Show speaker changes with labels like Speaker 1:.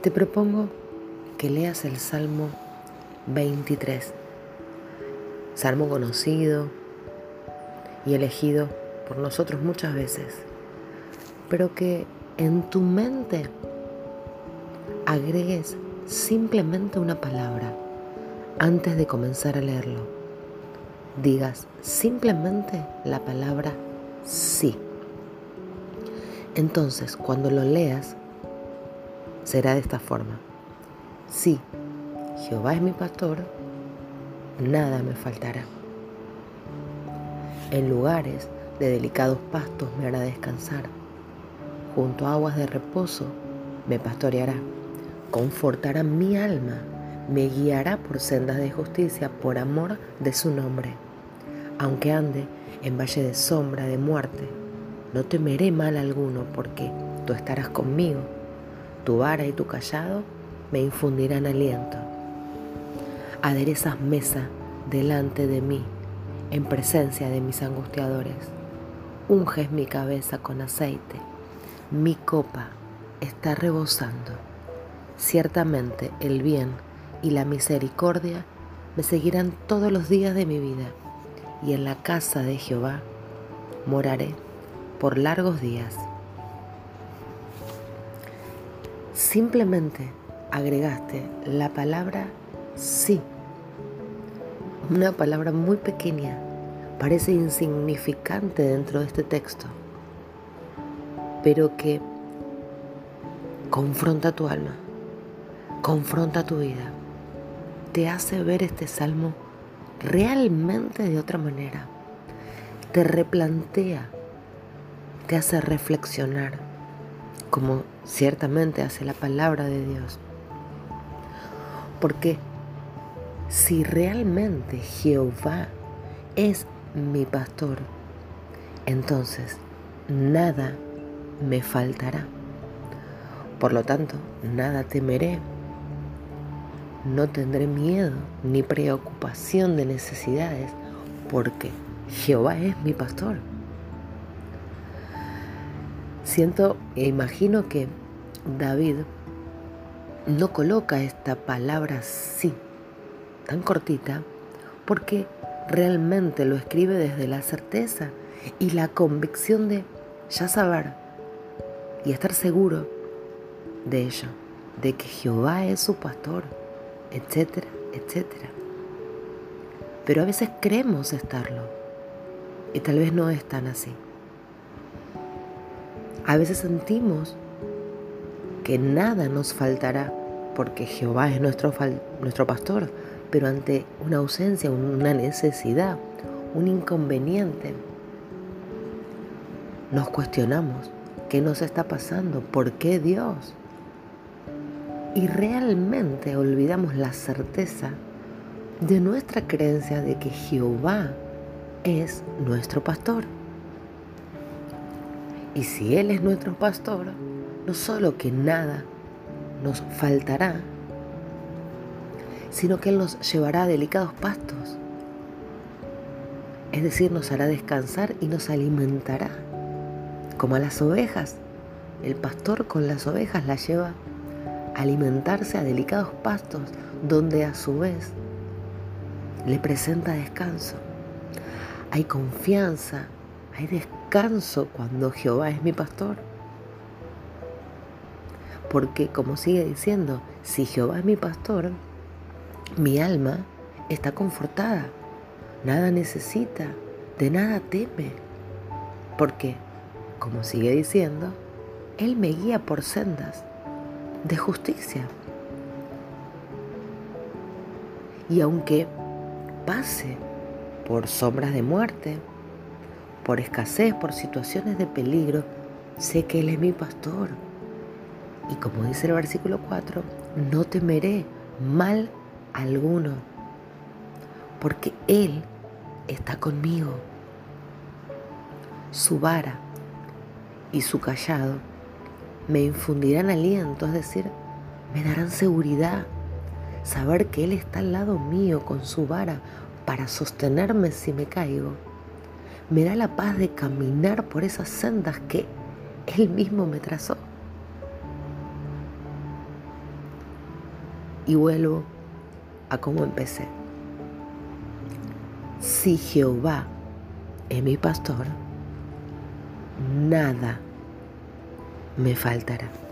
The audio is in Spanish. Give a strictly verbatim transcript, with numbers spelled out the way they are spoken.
Speaker 1: Te propongo que leas el Salmo veintitrés, salmo conocido y elegido por nosotros muchas veces, pero que en tu mente agregues simplemente una palabra antes de comenzar a leerlo. Digas simplemente la palabra sí. Entonces, cuando lo leas, será de esta forma: sí, Jehová es mi pastor, nada me faltará. En lugares de delicados pastos me hará descansar, junto a aguas de reposo me pastoreará, confortará mi alma, me guiará por sendas de justicia por amor de su nombre. Aunque ande en valle de sombra de muerte, no temeré mal alguno, porque tú estarás conmigo. Tu vara y tu cayado me infundirán aliento. Aderezas mesa delante de mí, en presencia de mis angustiadores. Unges mi cabeza con aceite, mi copa está rebosando. Ciertamente el bien y la misericordia me seguirán todos los días de mi vida, y en la casa de Jehová moraré por largos días. Simplemente agregaste la palabra sí. Una palabra muy pequeña, parece insignificante dentro de este texto, pero que confronta tu alma, confronta tu vida, te hace ver este salmo realmente de otra manera, te replantea, te hace reflexionar, como ciertamente hace la palabra de Dios. Porque si realmente Jehová es mi pastor, entonces nada me faltará. Por lo tanto, nada temeré. No tendré miedo ni preocupación de necesidades, porque Jehová es mi pastor. Siento e imagino que David no coloca esta palabra sí tan cortita porque realmente lo escribe desde la certeza y la convicción de ya saber y estar seguro de ello, de que Jehová es su pastor, etcétera, etcétera. Pero a veces creemos estarlo y tal vez no es tan así. A veces sentimos que nada nos faltará porque Jehová es nuestro, fal- nuestro pastor, pero ante una ausencia, una necesidad, un inconveniente, nos cuestionamos qué nos está pasando, por qué Dios. Y realmente olvidamos la certeza de nuestra creencia de que Jehová es nuestro pastor. Y si Él es nuestro pastor, no solo que nada nos faltará, sino que Él nos llevará a delicados pastos. Es decir, nos hará descansar y nos alimentará. Como a las ovejas, el pastor con las ovejas las lleva a alimentarse a delicados pastos, donde a su vez le presenta descanso. Hay confianza, hay descanso cuando Jehová es mi pastor. Porque, como sigue diciendo, si Jehová es mi pastor, mi alma está confortada, nada necesita, de nada teme. Porque, como sigue diciendo, Él me guía por sendas de justicia. Y aunque pase por sombras de muerte, por escasez, por situaciones de peligro, sé que Él es mi pastor. Y como dice el versículo cuatro, no temeré mal alguno, porque Él está conmigo. Su vara y su cayado me infundirán aliento, es decir, me darán seguridad. Saber que Él está al lado mío con su vara para sostenerme si me caigo, me da la paz de caminar por esas sendas que Él mismo me trazó. y vuelvo a cómo empecé. Si Jehová es mi pastor, nada me faltará.